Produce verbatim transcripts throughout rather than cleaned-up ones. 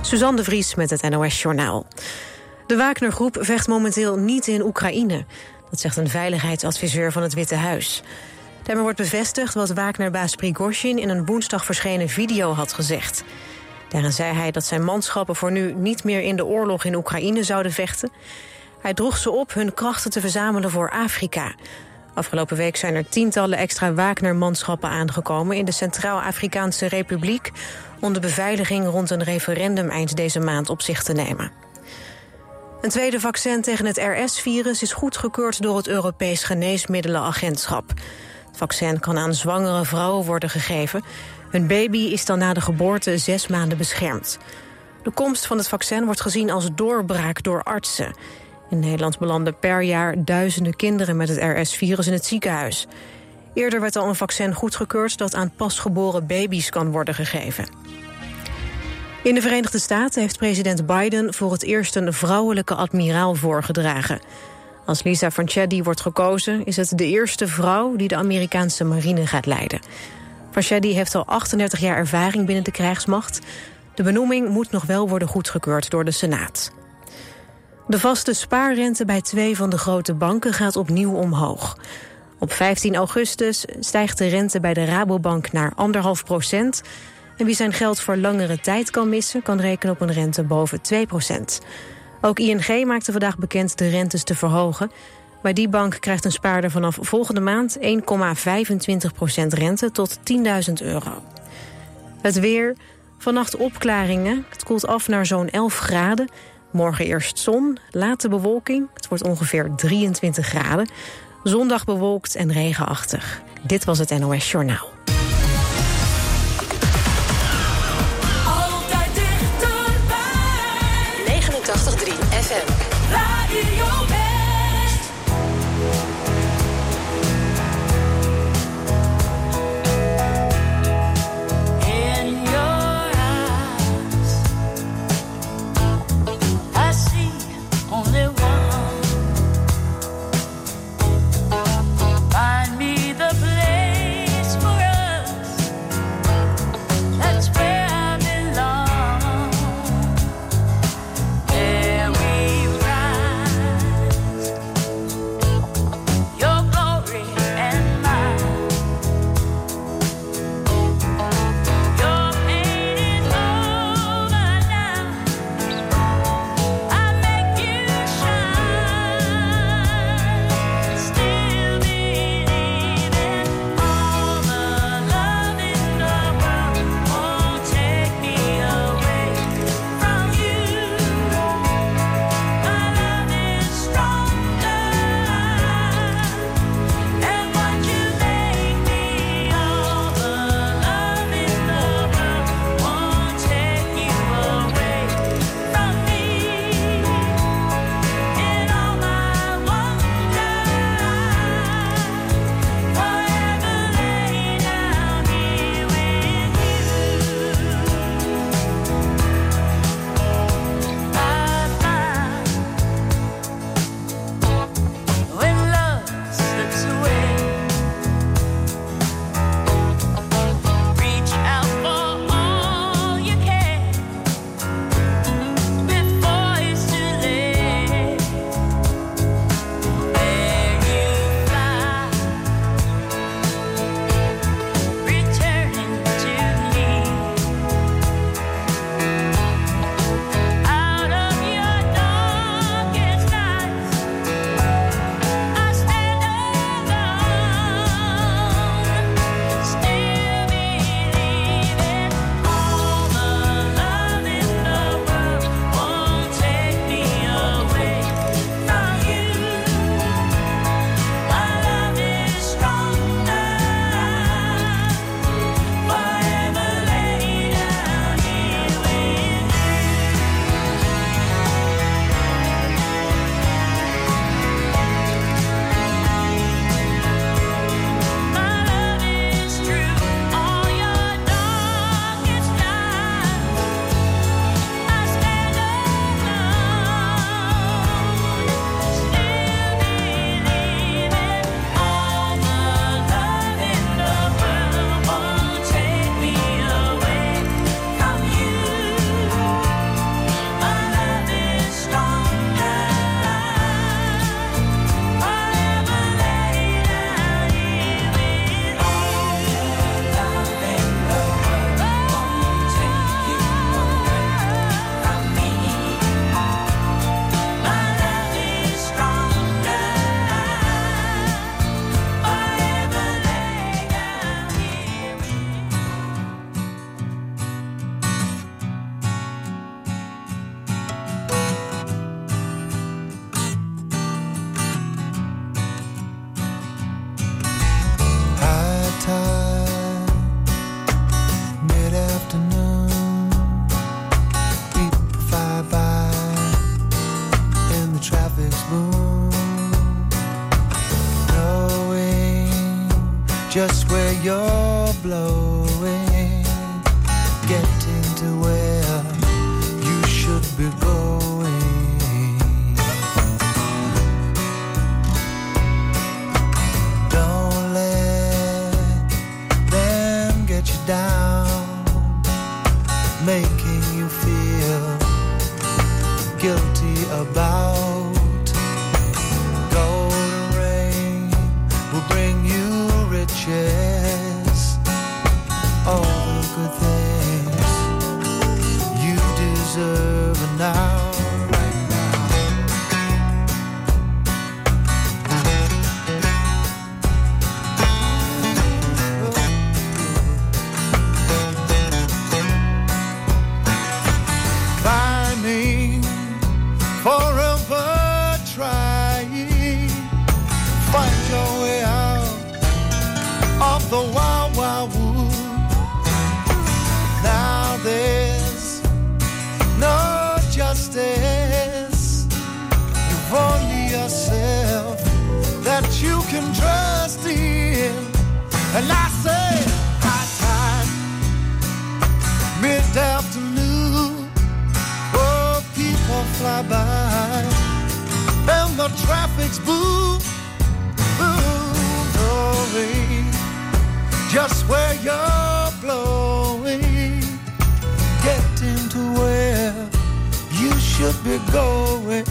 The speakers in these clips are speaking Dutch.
Suzanne de Vries met het N O S-journaal. De Wagner-groep vecht momenteel niet in Oekraïne. Dat zegt een veiligheidsadviseur van het Witte Huis. Daarmee wordt bevestigd wat Wagner-baas Prigozhin in een woensdag verschenen video had gezegd. Daarin zei hij dat zijn manschappen voor nu niet meer in de oorlog in Oekraïne zouden vechten. Hij droeg ze op hun krachten te verzamelen voor Afrika. Afgelopen week zijn er tientallen extra Wagner-manschappen aangekomen in de Centraal-Afrikaanse Republiek om de beveiliging rond een referendum eind deze maand op zich te nemen. Een tweede vaccin tegen het R S-virus is goedgekeurd door het Europees Geneesmiddelenagentschap. Het vaccin kan aan zwangere vrouwen worden gegeven. Hun baby is dan na de geboorte zes maanden beschermd. De komst van het vaccin wordt gezien als doorbraak door artsen. In Nederland belanden per jaar duizenden kinderen met het R S-virus in het ziekenhuis. Eerder werd al een vaccin goedgekeurd dat aan pasgeboren baby's kan worden gegeven. In de Verenigde Staten heeft president Biden voor het eerst een vrouwelijke admiraal voorgedragen. Als Lisa Vanchetti wordt gekozen, is het de eerste vrouw die de Amerikaanse marine gaat leiden. Vanchetti heeft al achtendertig jaar ervaring binnen de krijgsmacht. De benoeming moet nog wel worden goedgekeurd door de Senaat. De vaste spaarrente bij twee van de grote banken gaat opnieuw omhoog. Op vijftien augustus stijgt de rente bij de Rabobank naar anderhalf procent. En wie zijn geld voor langere tijd kan missen, kan rekenen op een rente boven twee procent. Ook I N G maakte vandaag bekend de rentes te verhogen. Bij die bank krijgt een spaarder vanaf volgende maand één komma vijfentwintig procent rente tot tienduizend euro. Het weer, vannacht opklaringen. Het koelt af naar zo'n elf graden. Morgen eerst zon, late bewolking. Het wordt ongeveer drieëntwintig graden. Zondag bewolkt en regenachtig. Dit was het N O S-journaal. Altijd dichterbij. negenentachtig komma drie F M. Radio West. In your eyes, I see only one. Find me the place for us. That's where I belong. There we ride. just where you're blowing, getting to where you should be going. Don't let them get you down, making you feel guilty about. Golden rain will bring you riches, all the good things you deserve now, right now. Climbing, forever trying, find your way out of the wild, wild wood. Now there's no justice. You've only yourself that you can trust in. And I say, high time, mid-afternoon, oh, people fly by, and the traffic's boom, boom, blowing, just where you're blowing, getting to where you should be going.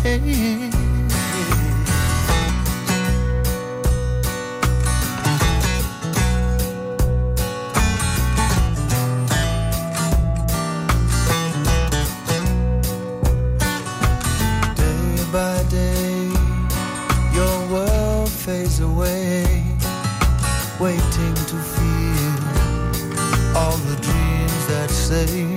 Day by day, your world fades away, waiting to feel all the dreams that say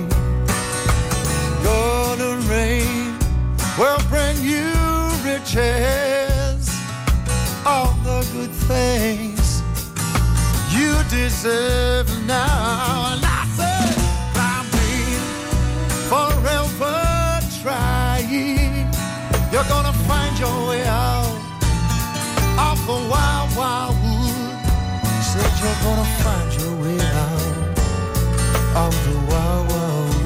golden rain will bring you riches, all the good things you deserve now. And I say, climbing, forever trying, you're gonna find your way out of the wild, wild wood. Said you're gonna find your way out of the wild, wild wood.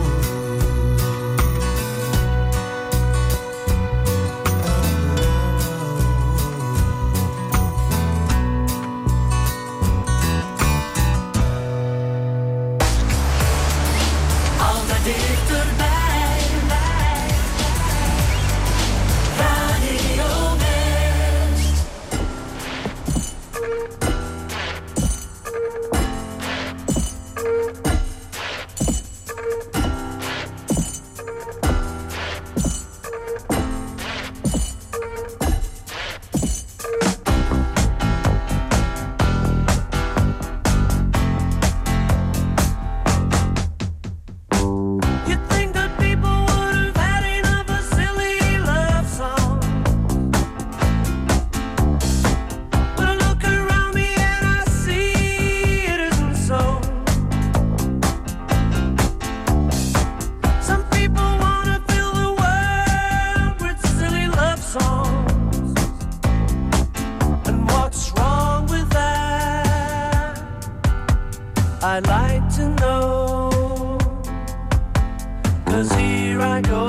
Altijd dichterbij, Radio West. You'd think that people would have had enough of silly love songs, but I look around me and I see it isn't so. Some people want to fill the world with silly love songs, and what's wrong with that? I'd like to know, 'cause here I go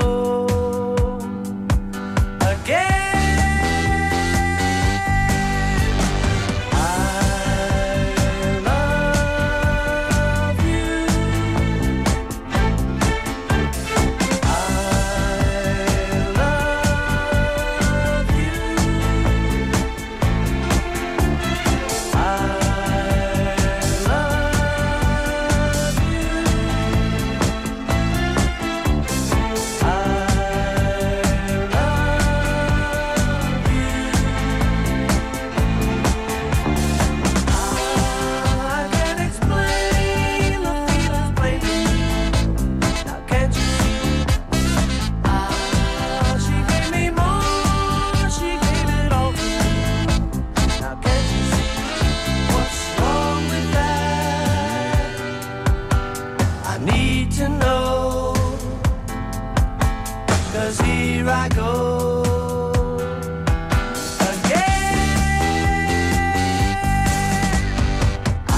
again. I love you. I love you. I love I can't explain the feelings plainly. Now can't you see? Ah, she gave me more, she gave it all to me. Now can't you see what's wrong with that? I need to know, 'cause here I go again.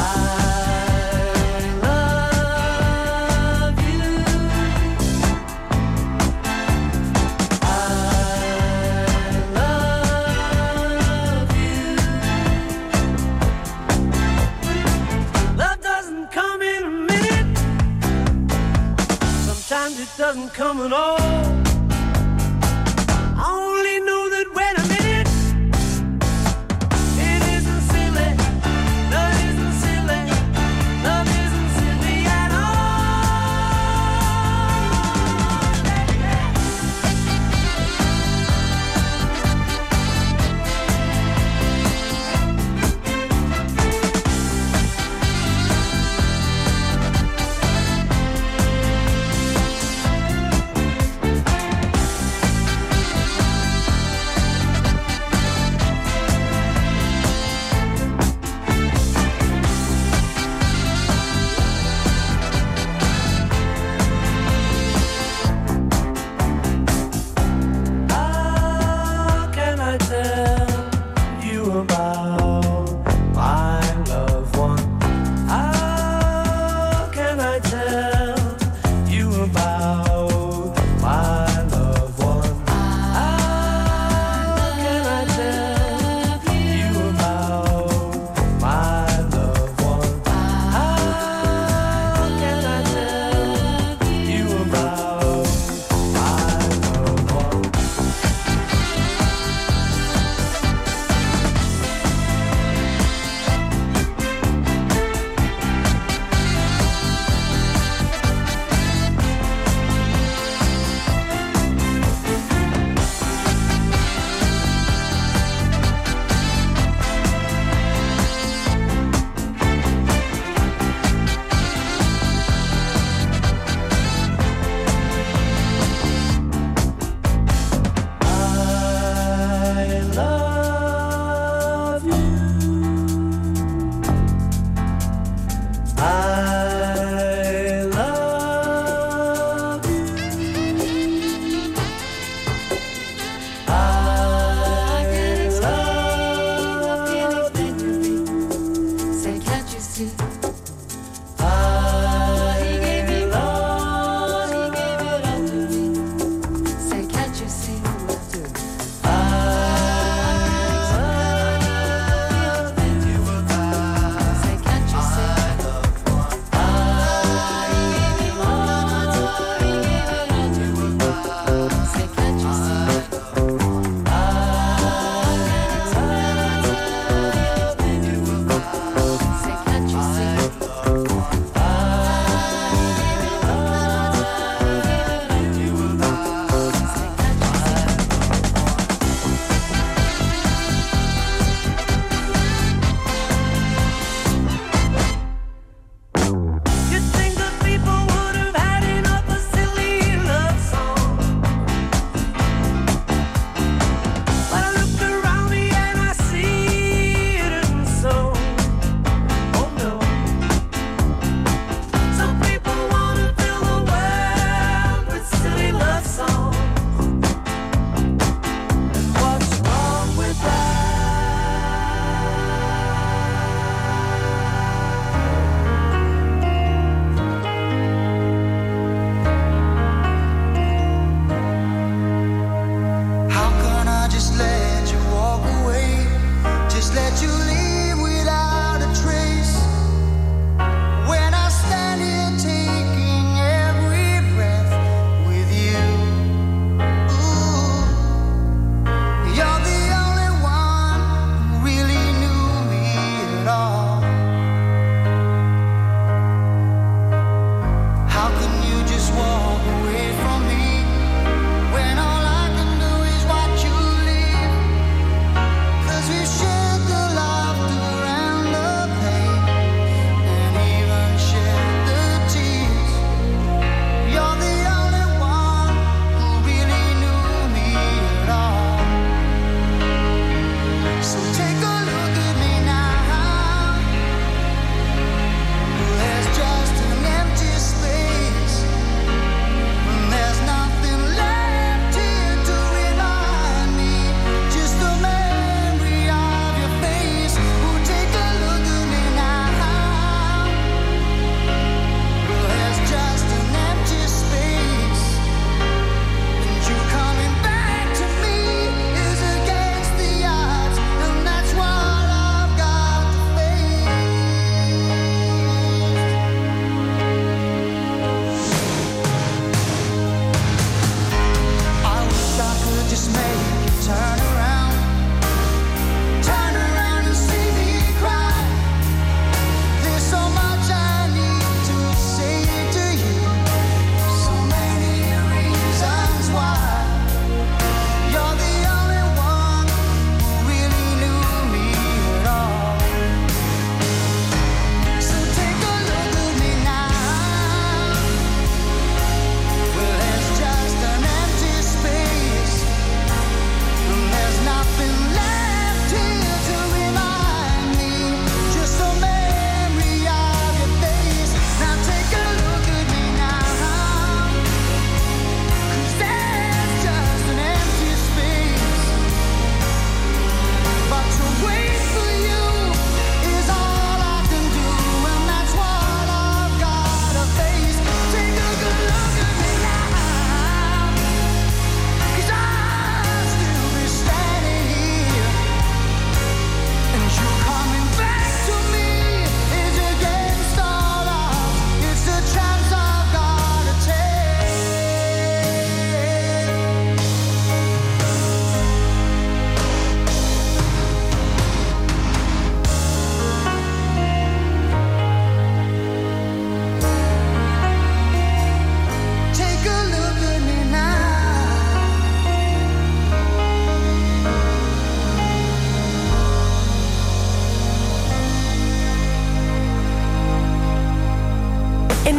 it doesn't come at all. I only know that when I'm in it, it isn't silly. Love isn't silly. Love isn't silly at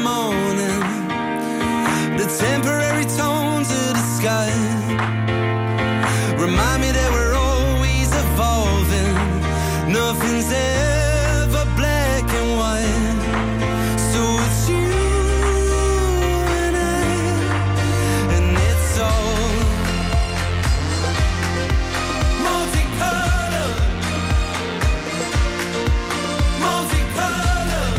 morning, the temporary tones of the sky remind me that we're always evolving. Nothing's ever black and white. So it's you and I, and it's all multicolor, multicolor.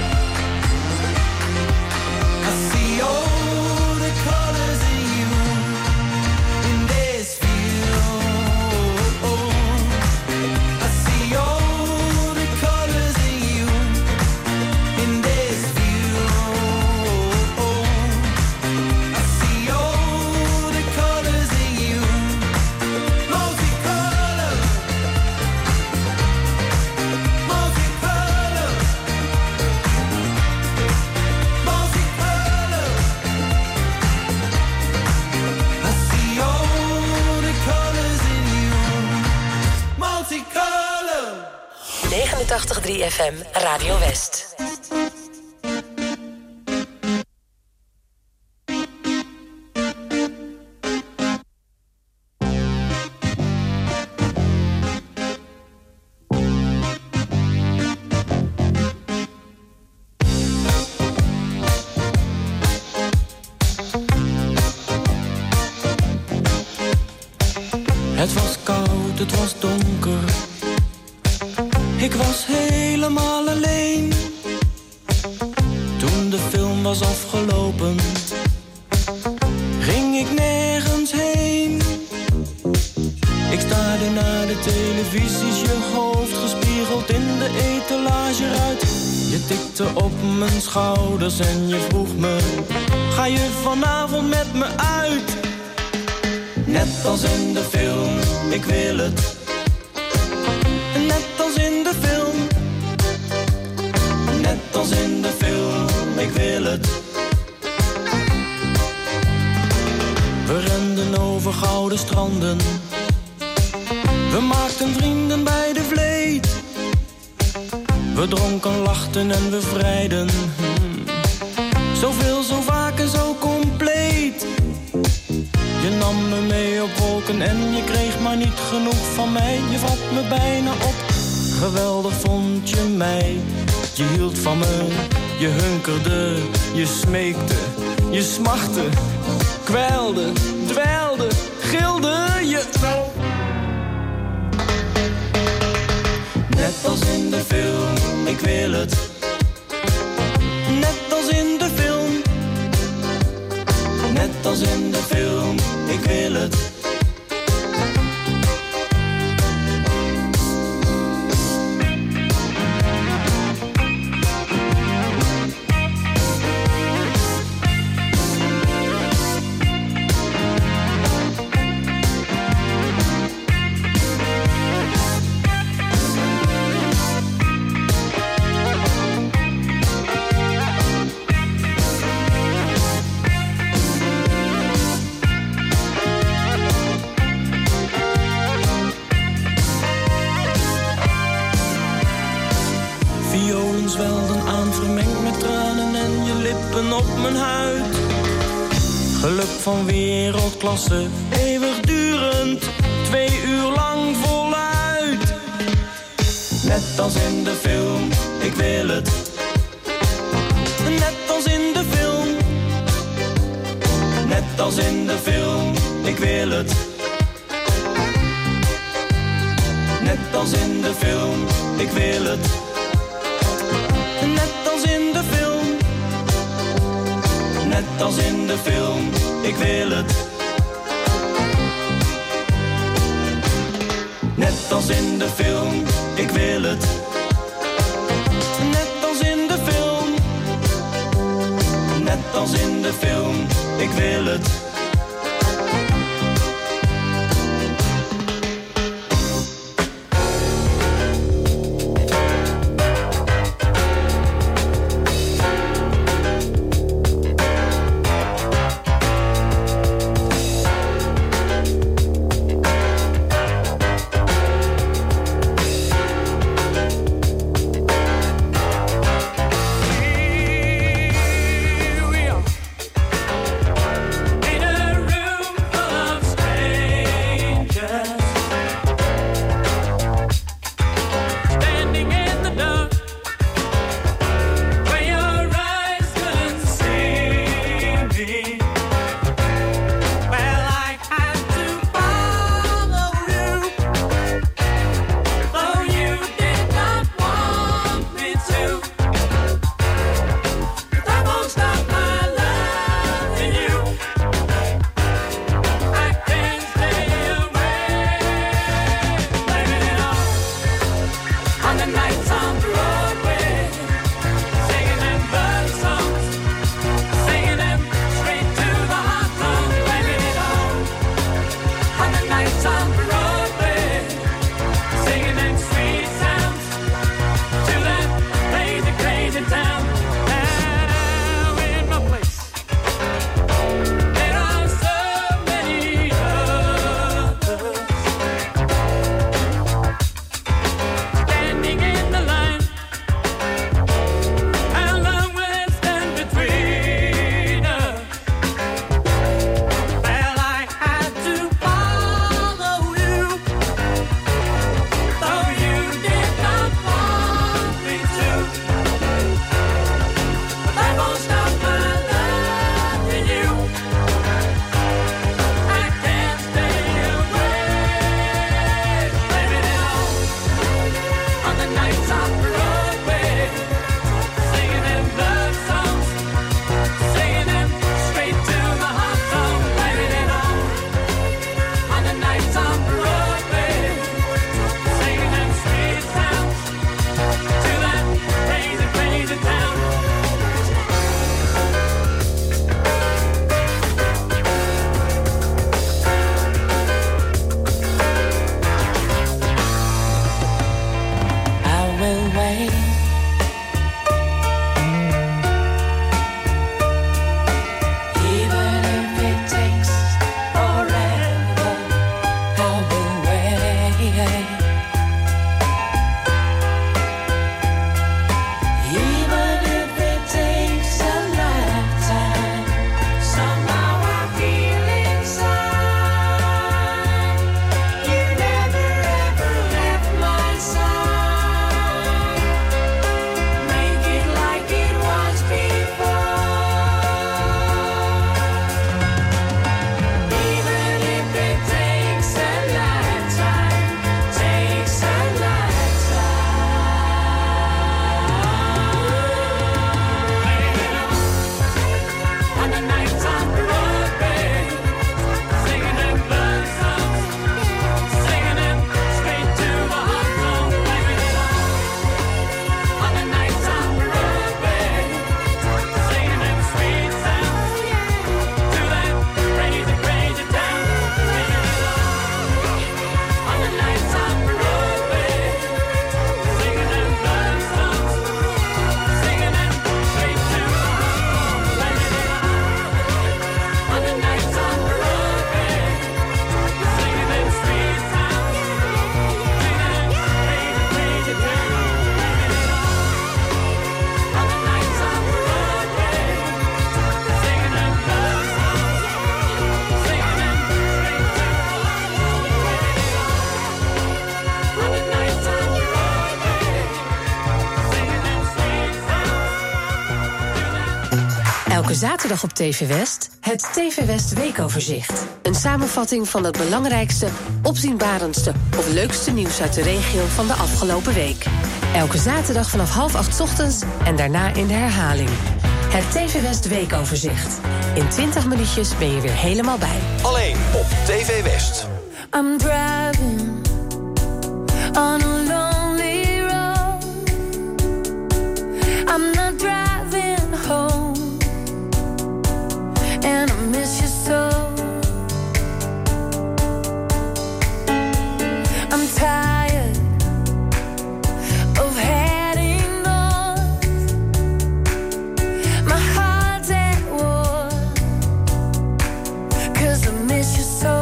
I see all the colors in you in this view. I see all the colors in you in this view. I see all the colors in you, multicolor, multicolor, multicolor. I see all the colors in you, multicolor. negenentachtig komma drie F M, Radio West. Het was koud, het was donker. Ik was helemaal alleen. Toen de film was afgelopen, ging ik nergens heen. Ik staarde naar de televisies, je hoofd gespiegeld in de etalage uit. Je tikte op mijn schouders en je vroeg me: ga je vanavond met me uit? Net als in de film, ik wil het. Net als in de film. Net als in de film, ik wil het. We renden over gouden stranden. We maakten vrienden bij de vleet. We dronken, lachten en we vrijden. Hmm. Zoveel, zo vaak en zo compleet. Je nam me mee op wolken en je kreeg maar niet genoeg van mij. Je vat me bijna op, geweldig vond je mij. Je hield van me, je hunkerde, je smeekte, je smachtte, kwijlde, dweilde, gilde je. Net als in de film, ik wil het. Net als in de film. Net als in de film, ik wil het. Op mijn huid. Geluk van wereldklasse, eeuwigdurend, twee uur lang voluit. Net als in de film, ik wil het. Net als in de film. Net als in de film, ik wil het. Net als in de film, ik wil het. Net als in de film. Net als in de film, ik wil het. Net als in de film, ik wil het. Net als in de film. Net als in de film, ik wil het. Elke zaterdag op T V West het T V West Weekoverzicht. Een samenvatting van het belangrijkste, opzienbarendste of leukste nieuws uit de regio van de afgelopen week. Elke zaterdag vanaf half acht 's ochtends en daarna in de herhaling. Het T V West Weekoverzicht. In twintig minuutjes ben je weer helemaal bij. Alleen op T V West. I'm driving on a lonely road. I'm not driving home. And I miss you so. I'm tired of heading north. My heart's at war, 'cause I miss you so.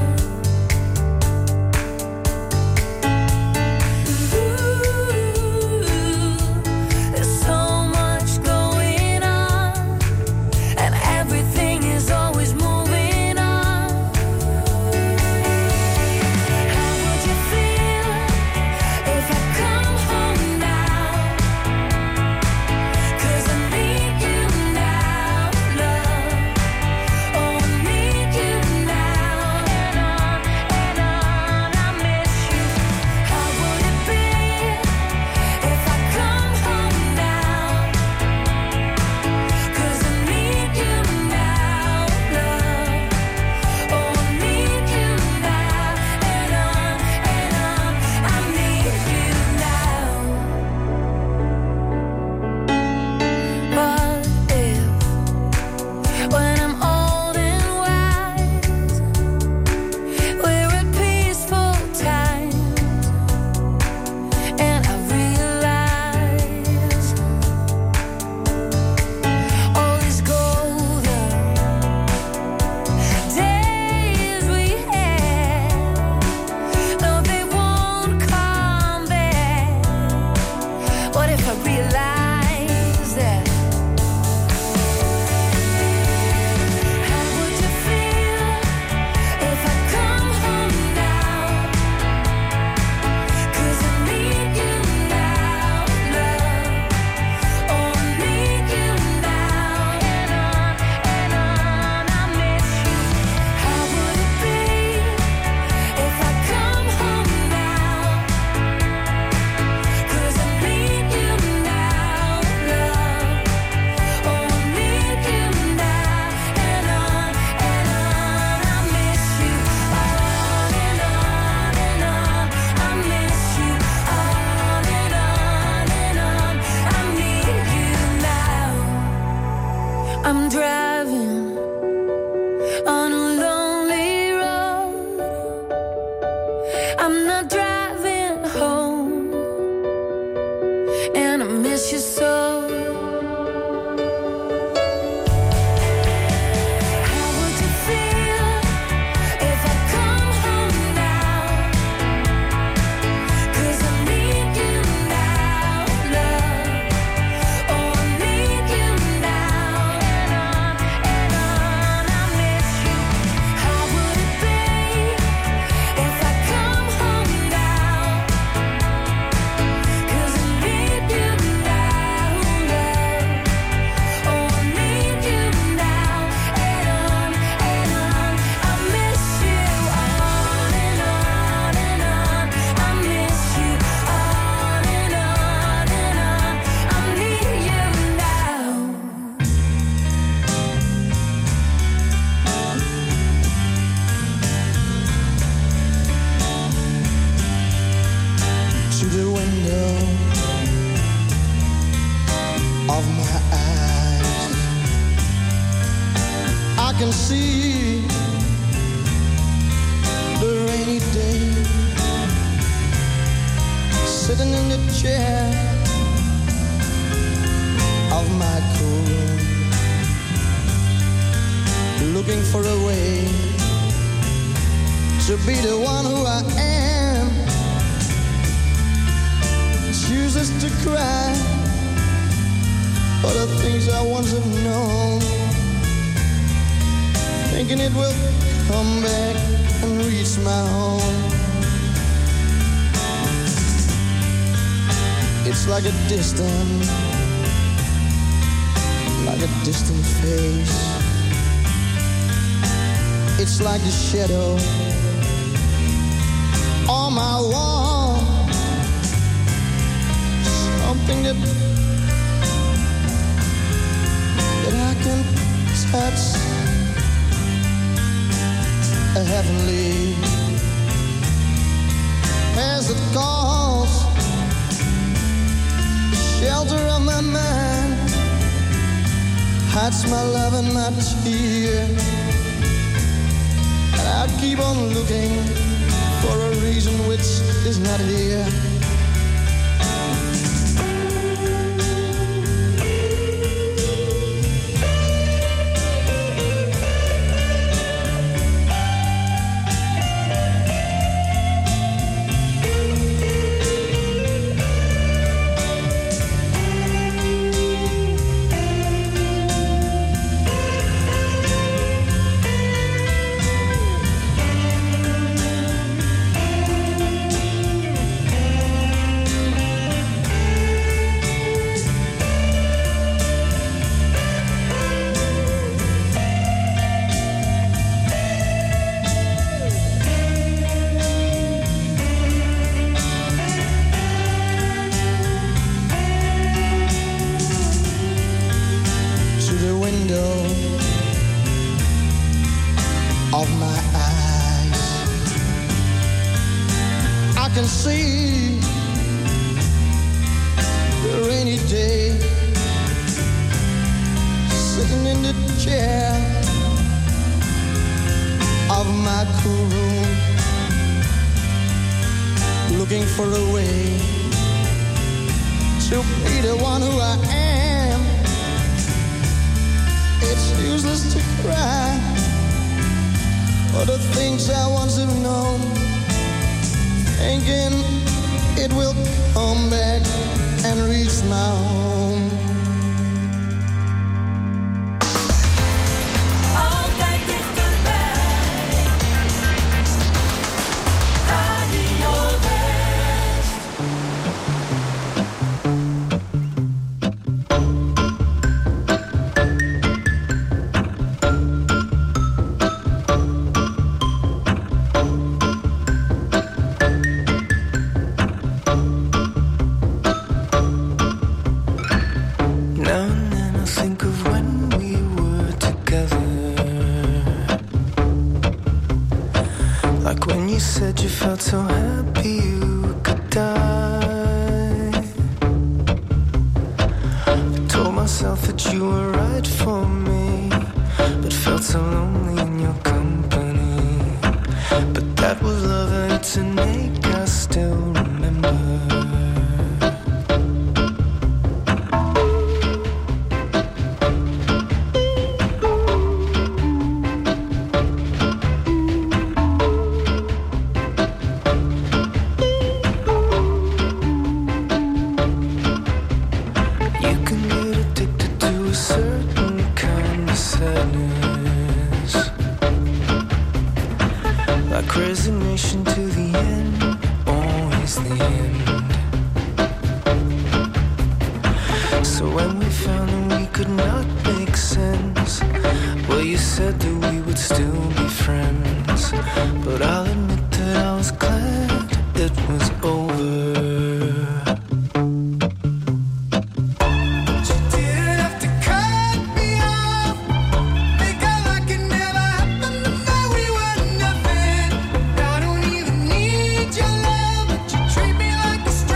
I'm driving on a lonely road. I'm not driving home, and I miss you so. How would you feel if I come home now? to the window of my eyes. I can see the rainy day, sitting in the chair of my cool room, looking for a way to be the one who I am. Chooses to cry for the things I once have known, thinking it will come back and reach my home. It's like a distant, like a distant face. It's like the shadow on my wall, something that that I can touch, a heavenly as it calls, the shelter of my mind hides my love and my tear, and I keep on looking for a reason which is not here. Treat me like a stranger.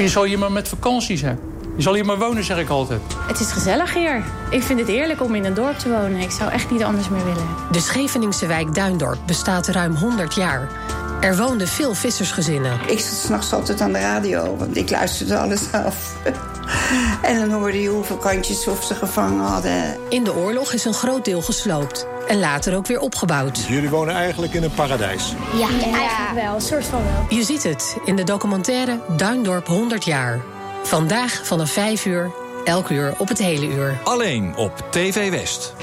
Je zal hier maar met vakantie zijn. Je zal hier maar wonen, zeg ik altijd. Het is gezellig hier. Ik vind het heerlijk om in een dorp te wonen. Ik zou echt niet anders meer willen. De Scheveningse wijk Duindorp bestaat ruim honderd jaar. Er woonden veel vissersgezinnen. Ik zat 's nachts altijd aan de radio, want ik luisterde alles af. En dan hoorde je hoeveel kantjes of ze gevangen hadden. In de oorlog is een groot deel gesloopt. En later ook weer opgebouwd. Jullie wonen eigenlijk in een paradijs. Ja, ja, eigenlijk wel. Een soort van wel. Je ziet het in de documentaire Duindorp honderd jaar. Vandaag vanaf vijf uur, elk uur op het hele uur. Alleen op T V West.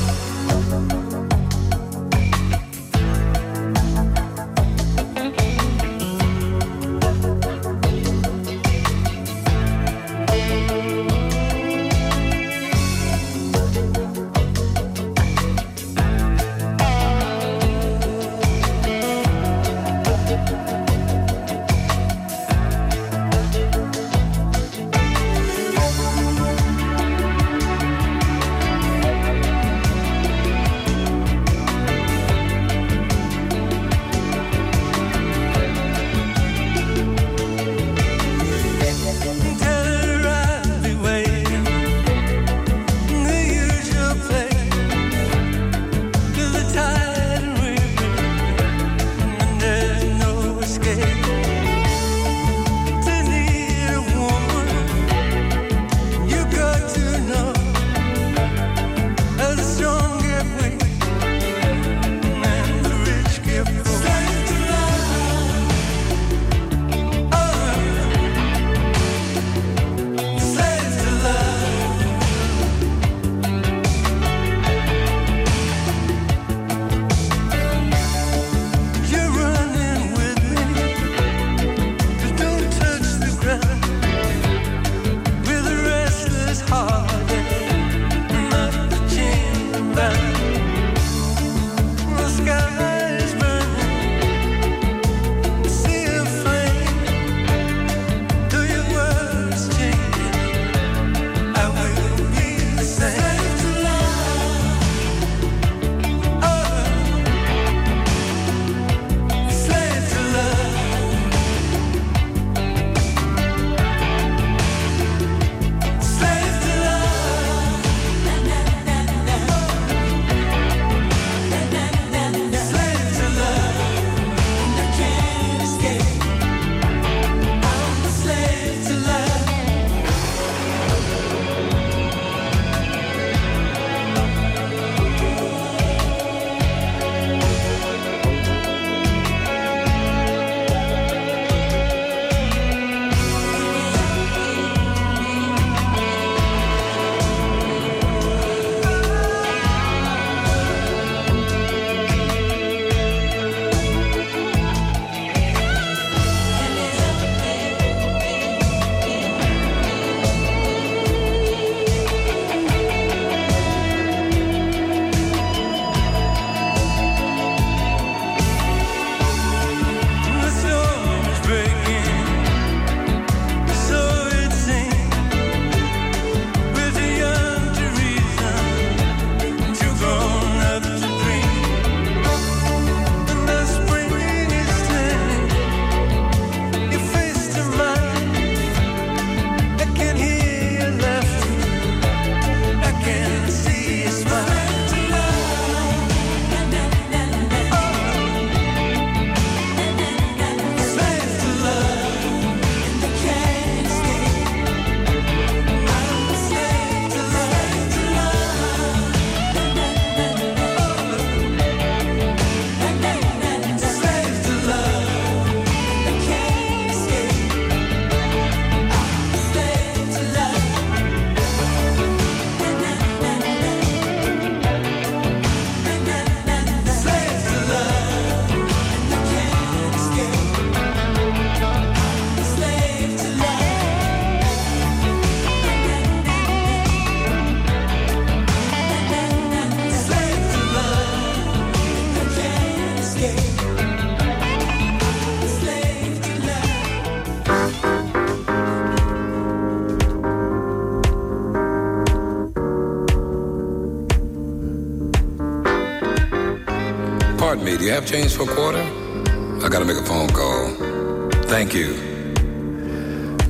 Pardon me, do you have change for a quarter? I gotta make a phone call. Thank you.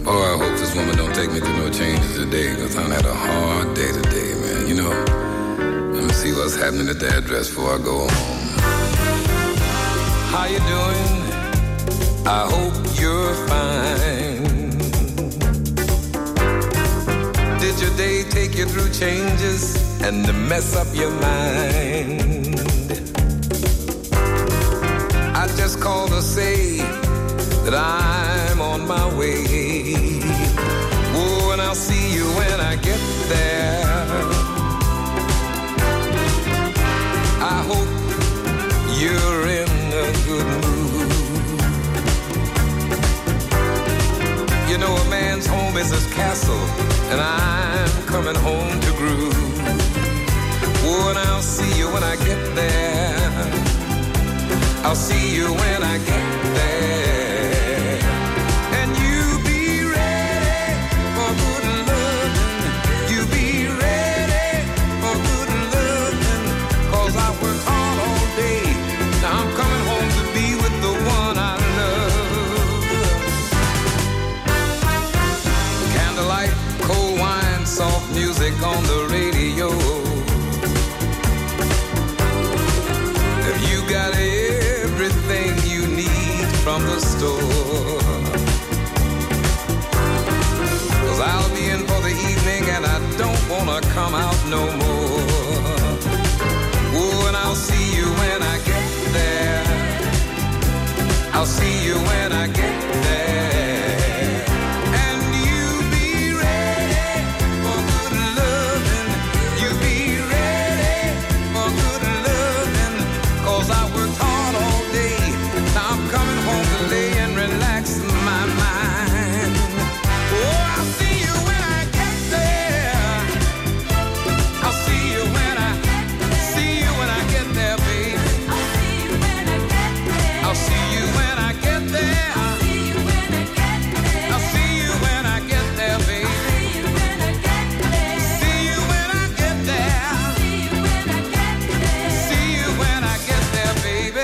Oh, I hope this woman don't take me through no changes today, because I had a hard day today, man. You know, let me see what's happening at the address before I go home. How you doing? I hope you're fine. Did your day take you through changes and to mess up your mind? I just called to say that I'm on my way. Oh, and I'll see you when I get there. I hope you're in a good mood. You know, a man's home is his castle, and I'm coming home to groove. Oh, and I'll see you when I get there. I'll see you when I get there. And you be ready for good loving. You be ready for good loving. Cause I worked hard all day. Now I'm coming home to be with the one I love. Candlelight, cold wine, soft music on the radio. If you got everything you need from the store, cause I'll be in for the evening and I don't wanna come out no more. Oh, and I'll see you when I get there. I'll see you when I get there. And you be ready for good loving. You be ready for good loving. Cause I worked hard all day. Now I'm coming home to lay and relax my mind. Oh, I'll see you when I get there. I'll see you when I see you when I get there, baby. I'll see you when I get there. I'll see you when I get there, baby. See you when I get there. See you when I get there, baby.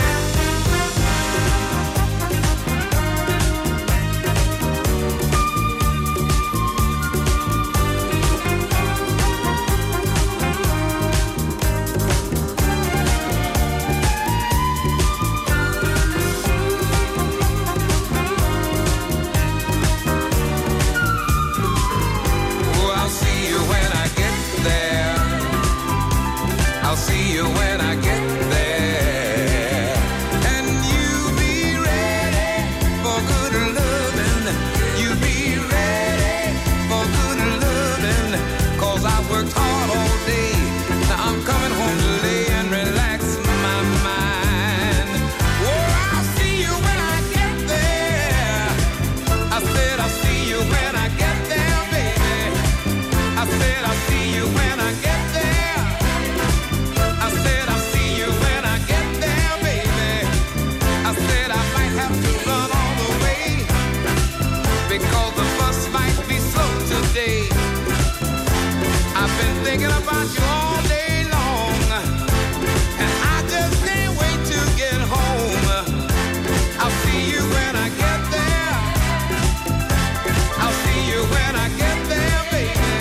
Oh, I'll see you when I get there. I'll see you when I get there. And you be ready for good loving. You be ready for good loving. Cause I worked hard all day. Now I'm coming home to lay and relax my mind. Oh, I'll see you when I get there. I said I'll see you when I get there, baby. I said I'll see you when I get there. I said I'll see you when I get there, baby. I said I might have to run all the way because the bus might be slow today. I've been thinking about you all day long, and I just can't wait to get home. I'll see you when I get there. I'll see you when I get there, baby.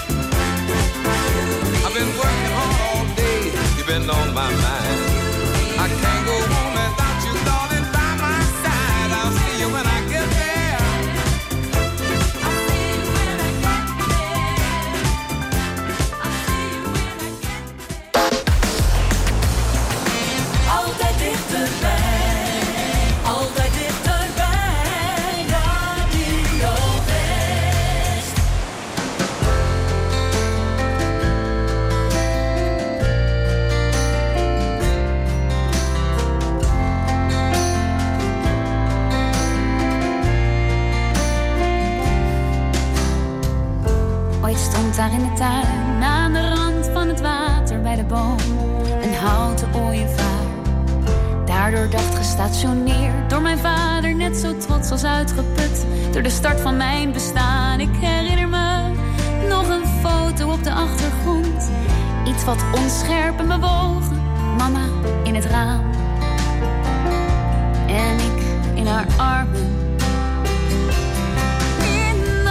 I've been working hard all day. You've been on my mind. I can't go home without you, darling, by my side. I'll see you when I get there. I'll see you when I get there. I'll see you when I get there. Altijd dichterbij, altijd dichterbij, Radio West. Ooit stond daar in de tuin, aan de rand van het water bij de boom, een houten ooievaar. Daardoor dacht gestationeerd, door mijn vader net zo trots als uitgeput. Door de start van mijn bestaan, ik herinner me nog een foto op de achtergrond. Iets wat onscherp en bewogen, mama in het raam. En ik in haar armen. In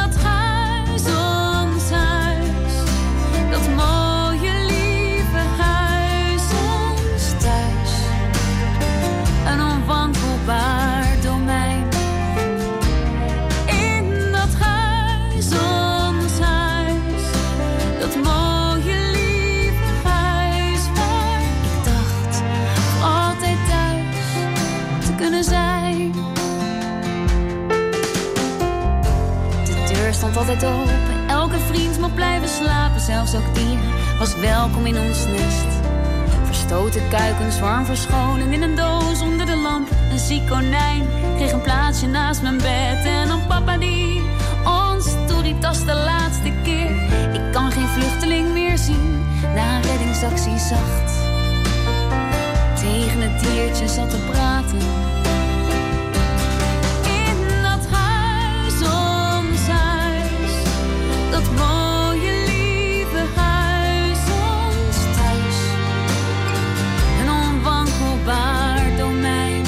altijd open. Elke vriend mocht blijven slapen, zelfs ook dier was welkom in ons nest. Verstoten kuikens warm verscholen in een doos onder de lamp. Een ziek konijn kreeg een plaatsje naast mijn bed. En dan papa die ons toeritas de laatste keer. Ik kan geen vluchteling meer zien na een reddingsactie zacht. Tegen het diertje zat te praten. In dat huis, ons huis, dat mooie lieve huis, ons thuis. Een onwankelbaar domein.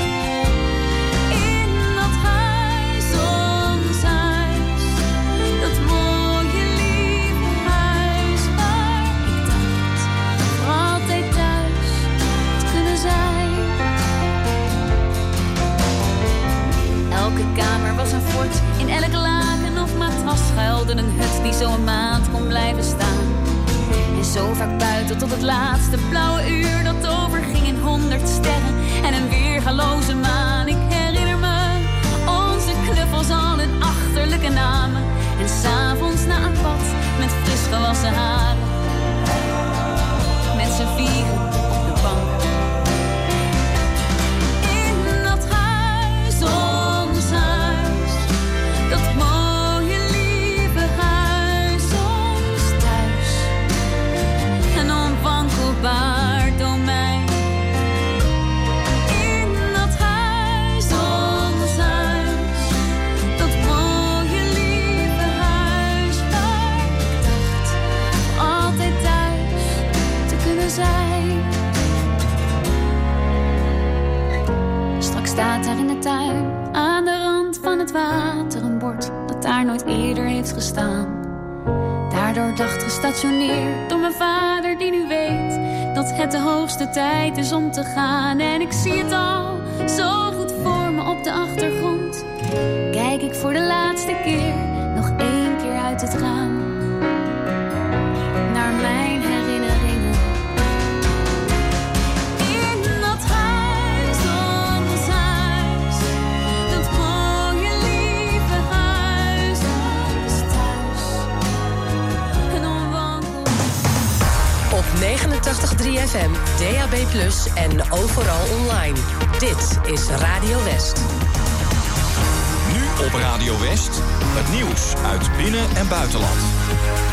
In dat huis, ons huis, dat mooie lieve huis, waar ik dacht voor altijd thuis te kunnen zijn. Elke kamer was een fort, in elk laken of matras schuilde een hut die zo een maand kon blijven staan. En zo vaak buiten tot het laatste blauwe uur dat overging in honderd sterren en een weergaloze maan. Ik herinner me onze knuffels al hun achterlijke namen. En 's avonds na een bad met fris gewassen haren. Met z'n vieren op de bank. In dat huis, ons huis, dat mooie lieve huis, ons thuis. Een onwankelbaar domein. In dat huis, ons huis, dat mooie lieve huis, waar ik dacht voor altijd thuis te kunnen zijn. Straks staat daar in de tuin, aan de rand van het water, een bord dat daar nooit eerder heeft gestaan. Daardoor dacht gestationeerd door mijn vader die nu weet dat het de hoogste tijd is om te gaan. En ik zie het al zo goed voor me op de achtergrond. Kijk ik voor de laatste keer nog één keer uit het raam. Naar mijn herinneringen. In dat huis, ons huis, dat mooie lieve huis, ons thuis. Een onwankelbaar. Op negenentachtig komma drie F M, D A B plus, en overal online. Dit is Radio West. Nu op Radio West, het nieuws uit binnen- en buitenland.